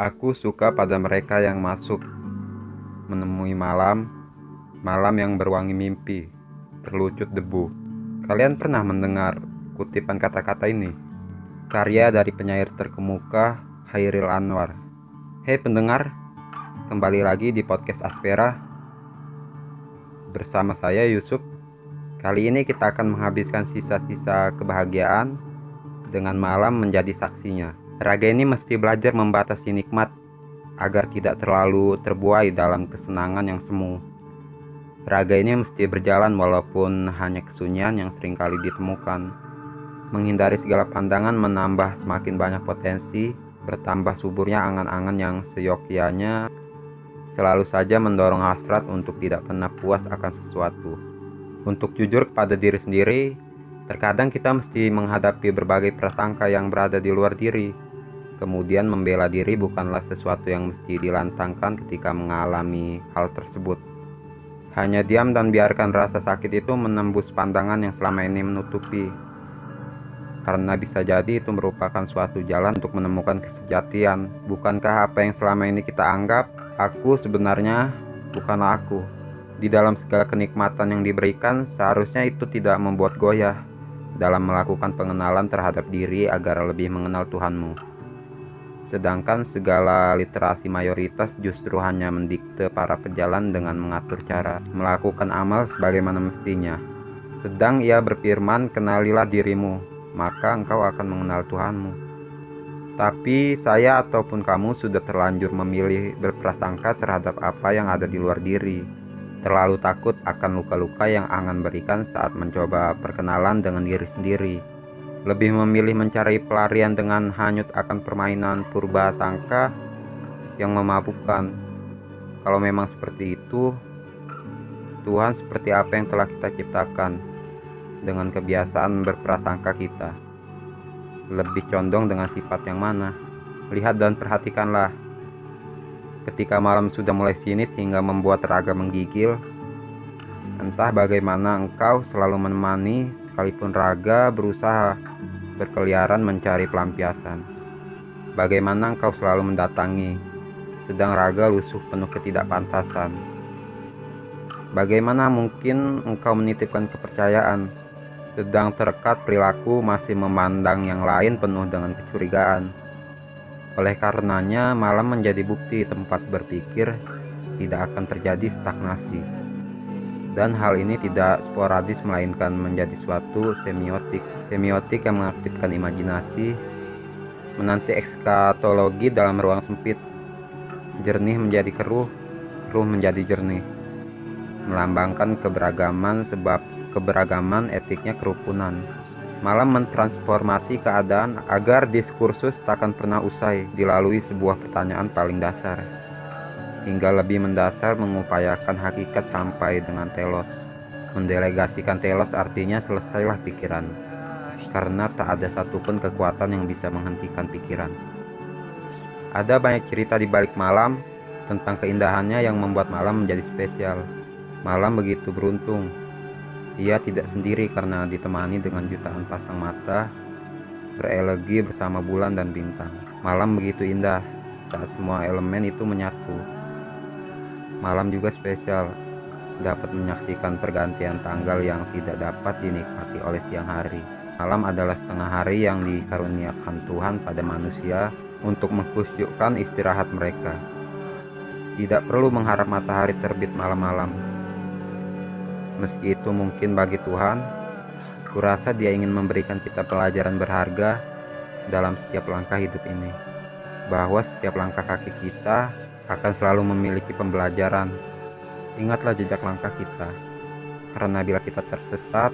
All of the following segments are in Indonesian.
Aku suka pada mereka yang masuk, menemui malam, malam yang berwangi mimpi, terlucut debu. Kalian pernah mendengar kutipan kata-kata ini? Karya dari penyair terkemuka Chairil Anwar. Hei pendengar, kembali lagi di podcast Aspera bersama saya Yusuf. Kali ini kita akan menghabiskan sisa-sisa kebahagiaan dengan malam menjadi saksinya. Raga ini mesti belajar membatasi nikmat agar tidak terlalu terbuai dalam kesenangan yang semu. Raga ini mesti berjalan walaupun hanya kesunyian yang seringkali ditemukan. Menghindari segala pandangan menambah semakin banyak potensi, bertambah suburnya angan-angan yang seyogyanya selalu saja mendorong hasrat untuk tidak pernah puas akan sesuatu. Untuk jujur kepada diri sendiri, terkadang kita mesti menghadapi berbagai prasangka yang berada di luar diri. Kemudian membela diri bukanlah sesuatu yang mesti dilantangkan ketika mengalami hal tersebut. Hanya diam dan biarkan rasa sakit itu menembus pandangan yang selama ini menutupi. Karena bisa jadi itu merupakan suatu jalan untuk menemukan kesejatian. Bukankah apa yang selama ini kita anggap aku sebenarnya bukanlah aku? Di dalam segala kenikmatan yang diberikan, seharusnya itu tidak membuat goyah dalam melakukan pengenalan terhadap diri agar lebih mengenal Tuhanmu. Sedangkan segala literasi mayoritas justru hanya mendikte para pejalan dengan mengatur cara melakukan amal sebagaimana mestinya. Sedang ia berfirman, kenalilah dirimu, maka engkau akan mengenal Tuhanmu. Tapi saya ataupun kamu sudah terlanjur memilih berprasangka terhadap apa yang ada di luar diri. Terlalu takut akan luka-luka yang angan berikan saat mencoba perkenalan dengan diri sendiri. Lebih memilih mencari pelarian dengan hanyut akan permainan purba sangka yang memabukkan. Kalau memang seperti itu, Tuhan seperti apa yang telah kita ciptakan dengan kebiasaan berprasangka kita? Lebih condong dengan sifat yang mana? Lihat dan perhatikanlah. Ketika malam sudah mulai sinis hingga membuat raga menggigil, entah bagaimana engkau selalu menemani sekalipun raga berusaha berkeliaran mencari pelampiasan. Bagaimana engkau selalu mendatangi, sedang raga lusuh penuh ketidakpantasan. Bagaimana mungkin engkau menitipkan kepercayaan, sedang terekat perilaku masih memandang yang lain penuh dengan kecurigaan. Oleh karenanya, malam menjadi bukti tempat berpikir tidak akan terjadi stagnasi. Dan hal ini tidak sporadis melainkan menjadi suatu semiotik yang mengaktifkan imajinasi, menanti ekskatologi dalam ruang sempit. Jernih menjadi keruh, keruh menjadi jernih, melambangkan keberagaman sebab keberagaman etiknya kerukunan. Malam mentransformasi keadaan agar diskursus takkan pernah usai dilalui sebuah pertanyaan paling dasar, hingga lebih mendasar mengupayakan hakikat sampai dengan telos. Mendelegasikan telos artinya selesailah pikiran, karena tak ada satupun kekuatan yang bisa menghentikan pikiran. Ada banyak cerita di balik malam tentang keindahannya yang membuat malam menjadi spesial. Malam begitu beruntung. Ia tidak sendiri karena ditemani dengan jutaan pasang mata berelegi bersama bulan dan bintang. Malam begitu indah saat semua elemen itu menyatu. Malam juga spesial, dapat menyaksikan pergantian tanggal yang tidak dapat dinikmati oleh siang hari. Malam adalah setengah hari yang dikaruniakan Tuhan pada manusia untuk mengkhusyukkan istirahat mereka. Tidak perlu mengharap matahari terbit malam-malam. Meski itu mungkin bagi Tuhan, kurasa Dia ingin memberikan kita pelajaran berharga dalam setiap langkah hidup ini, bahwa setiap langkah kaki kita akan selalu memiliki pembelajaran. Ingatlah jejak langkah kita, karena bila kita tersesat,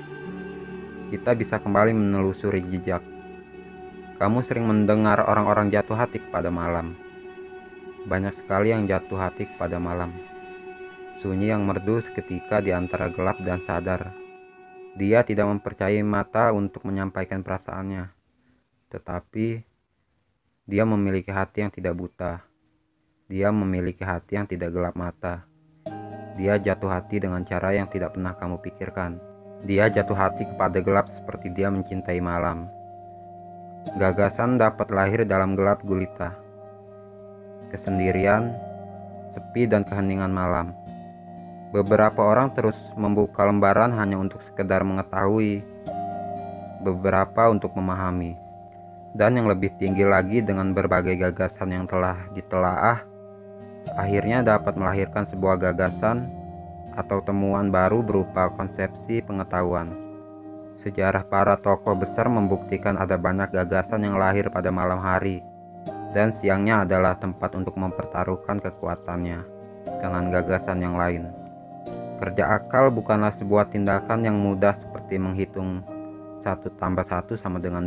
kita bisa kembali menelusuri jejak. Kamu sering mendengar orang-orang jatuh hati kepada malam. Banyak sekali yang jatuh hati kepada malam. Sunyi yang merdu seketika di antara gelap dan sadar. Dia tidak mempercayai mata untuk menyampaikan perasaannya, tetapi dia memiliki hati yang tidak buta. Dia memiliki hati yang tidak gelap mata. Dia jatuh hati dengan cara yang tidak pernah kamu pikirkan. Dia jatuh hati kepada gelap seperti dia mencintai malam. Gagasan dapat lahir dalam gelap gulita. kesendirian, sepi dan keheningan malam. Beberapa orang terus membuka lembaran hanya untuk sekedar mengetahui, beberapa untuk memahami, dan yang lebih tinggi lagi dengan berbagai gagasan yang telah ditelaah, akhirnya dapat melahirkan sebuah gagasan atau temuan baru berupa konsepsi pengetahuan. Sejarah para tokoh besar membuktikan ada banyak gagasan yang lahir pada malam hari, dan siangnya adalah tempat untuk mempertaruhkan kekuatannya dengan gagasan yang lain. Kerja akal bukanlah sebuah tindakan yang mudah seperti menghitung 1 tambah 1 sama dengan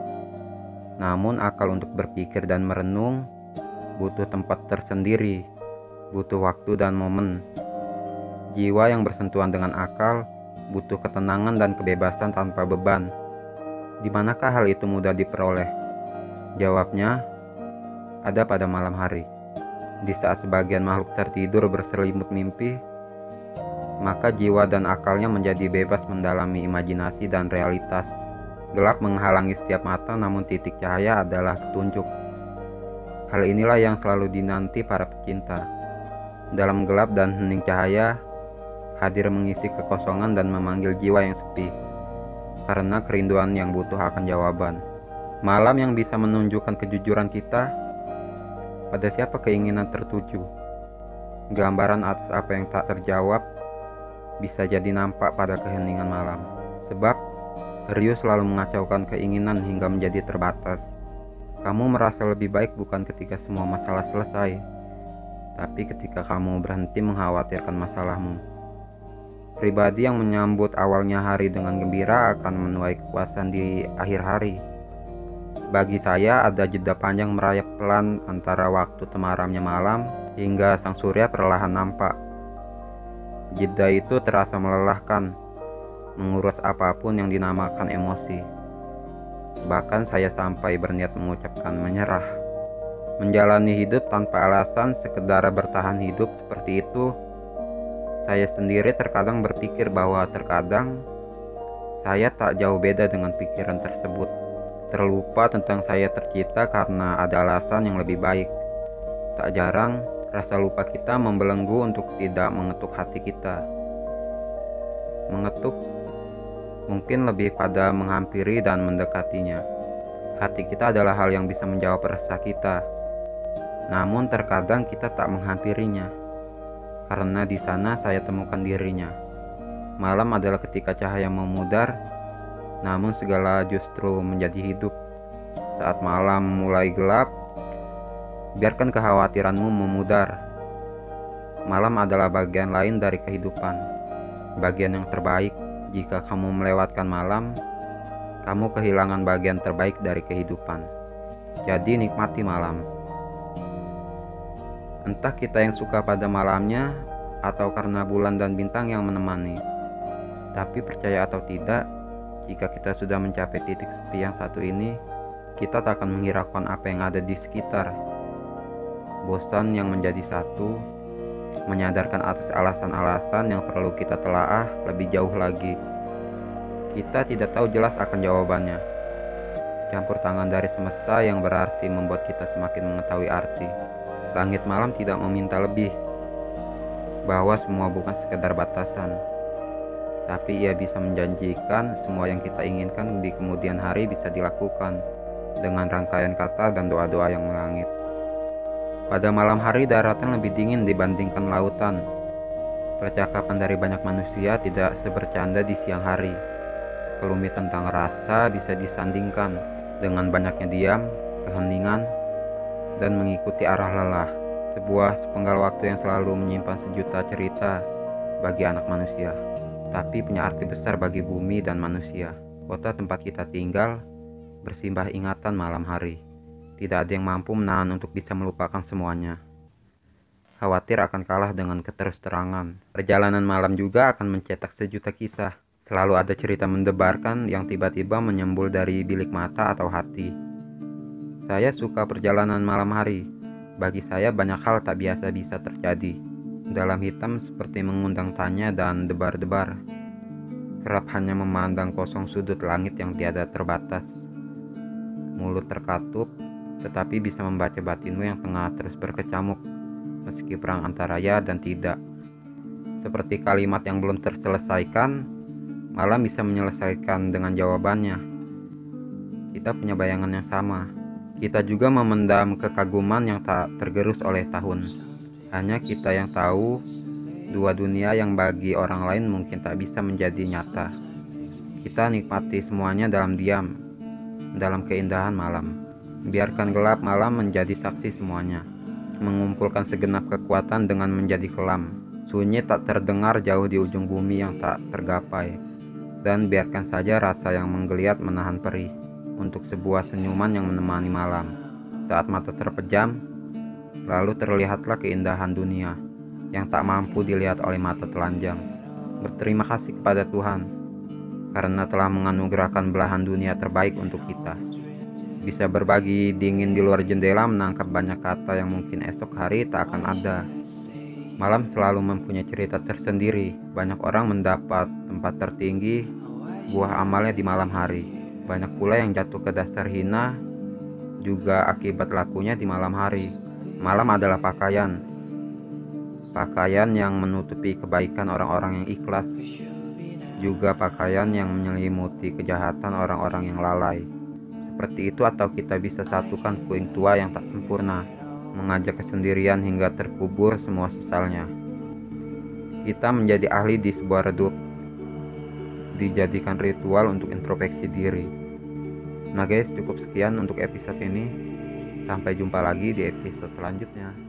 2. Namun akal untuk berpikir dan merenung butuh tempat tersendiri, butuh waktu dan momen. Jiwa yang bersentuhan dengan akal butuh ketenangan dan kebebasan tanpa beban. Di manakah hal itu mudah diperoleh? Jawabnya, ada pada malam hari. Di saat sebagian makhluk tertidur berselimut mimpi, maka jiwa dan akalnya menjadi bebas mendalami imajinasi dan realitas. Gelap menghalangi setiap mata, namun titik cahaya adalah petunjuk. Hal inilah yang selalu dinanti para pecinta. Dalam gelap dan hening cahaya, hadir mengisi kekosongan dan memanggil jiwa yang sepi, karena kerinduan yang butuh akan jawaban. Malam yang bisa menunjukkan kejujuran kita, pada siapa keinginan tertuju. Gambaran atas apa yang tak terjawab bisa jadi nampak pada keheningan malam. Sebab Rio selalu mengacaukan keinginan hingga menjadi terbatas. Kamu merasa lebih baik bukan ketika semua masalah selesai, tapi ketika kamu berhenti mengkhawatirkan masalahmu. Pribadi yang menyambut awalnya hari dengan gembira akan menuai kepuasan di akhir hari. Bagi saya ada jeda panjang merayap pelan antara waktu temaramnya malam hingga sang surya perlahan nampak. Jeda itu terasa melelahkan, mengurus apapun yang dinamakan emosi. Bahkan saya sampai berniat mengucapkan menyerah. Menjalani hidup tanpa alasan, sekedar bertahan hidup seperti itu. Saya sendiri terkadang berpikir bahwa terkadang saya tak jauh beda dengan pikiran tersebut. Terlupa tentang saya tercipta karena ada alasan yang lebih baik. Tak jarang rasa lupa kita membelenggu untuk tidak mengetuk hati kita. Mengetuk mungkin lebih pada menghampiri dan mendekatinya. Hati kita adalah hal yang bisa menjawab rasa kita. Namun terkadang kita tak menghampirinya, karena di sana saya temukan dirinya. Malam adalah ketika cahaya memudar, namun segala justru menjadi hidup. Saat malam mulai gelap, biarkan kekhawatiranmu memudar. Malam adalah bagian lain dari kehidupan, bagian yang terbaik. Jika kamu melewatkan malam, kamu kehilangan bagian terbaik dari kehidupan. Jadi nikmati malam. Entah kita yang suka pada malamnya atau karena bulan dan bintang yang menemani. Tapi percaya atau tidak, jika kita sudah mencapai titik sepi yang satu ini, kita tak akan menghiraukan apa yang ada di sekitar. Bosan yang menjadi satu, menyadarkan atas alasan-alasan yang perlu kita telaah lebih jauh lagi. Kita tidak tahu jelas akan jawabannya. Campur tangan dari semesta yang berarti membuat kita semakin mengetahui arti. Langit malam tidak meminta lebih, bahwa semua bukan sekedar batasan, tapi ia bisa menjanjikan semua yang kita inginkan di kemudian hari bisa dilakukan dengan rangkaian kata dan doa-doa yang melangit. Pada malam hari daratan lebih dingin dibandingkan lautan. Percakapan dari banyak manusia tidak sebercanda di siang hari. Sekelumit tentang rasa bisa disandingkan dengan banyaknya diam, keheningan, dan mengikuti arah lelah. Sebuah sepenggal waktu yang selalu menyimpan sejuta cerita bagi anak manusia, tapi punya arti besar bagi bumi dan manusia. Kota tempat kita tinggal bersimbah ingatan malam hari. Tidak ada yang mampu menahan untuk bisa melupakan semuanya. Khawatir akan kalah dengan keterus-terangan. Perjalanan malam juga akan mencetak sejuta kisah. Selalu ada cerita mendebarkan yang tiba-tiba menyembul dari bilik mata atau hati. Saya suka perjalanan malam hari. Bagi saya banyak hal tak biasa bisa terjadi. Dalam hitam seperti mengundang tanya dan debar-debar. Kerap hanya memandang kosong sudut langit yang tiada terbatas. Mulut terkatup, tetapi bisa membaca batinmu yang tengah terus berkecamuk, meski perang antara ya dan tidak. Seperti kalimat yang belum terselesaikan, malam bisa menyelesaikan dengan jawabannya. Kita punya bayangan yang sama. Kita juga memendam kekaguman yang tak tergerus oleh tahun. Hanya kita yang tahu dua dunia yang bagi orang lain mungkin tak bisa menjadi nyata. Kita nikmati semuanya dalam diam, dalam keindahan malam. Biarkan gelap malam menjadi saksi semuanya, mengumpulkan segenap kekuatan dengan menjadi kelam. Sunyi tak terdengar jauh di ujung bumi yang tak tergapai, dan biarkan saja rasa yang menggeliat menahan perih untuk sebuah senyuman yang menemani malam. Saat mata terpejam, lalu terlihatlah keindahan dunia yang tak mampu dilihat oleh mata telanjang. Berterima kasih kepada Tuhan karena telah menganugerahkan belahan dunia terbaik untuk kita. Bisa berbagi dingin di luar jendela, menangkap banyak kata yang mungkin esok hari tak akan ada. Malam selalu mempunyai cerita tersendiri. Banyak orang mendapat tempat tertinggi, buah amalnya di malam hari. Banyak pula yang jatuh ke dasar hina, juga akibat lakunya di malam hari. Malam adalah pakaian yang menutupi kebaikan orang-orang yang ikhlas, juga pakaian yang menyelimuti kejahatan orang-orang yang lalai. Seperti itu, atau kita bisa satukan puing tua yang tak sempurna, mengajak kesendirian hingga terkubur semua sesalnya. Kita menjadi ahli di sebuah redup, dijadikan ritual untuk introspeksi diri. Nah guys, cukup sekian untuk episode ini. Sampai jumpa lagi di episode selanjutnya.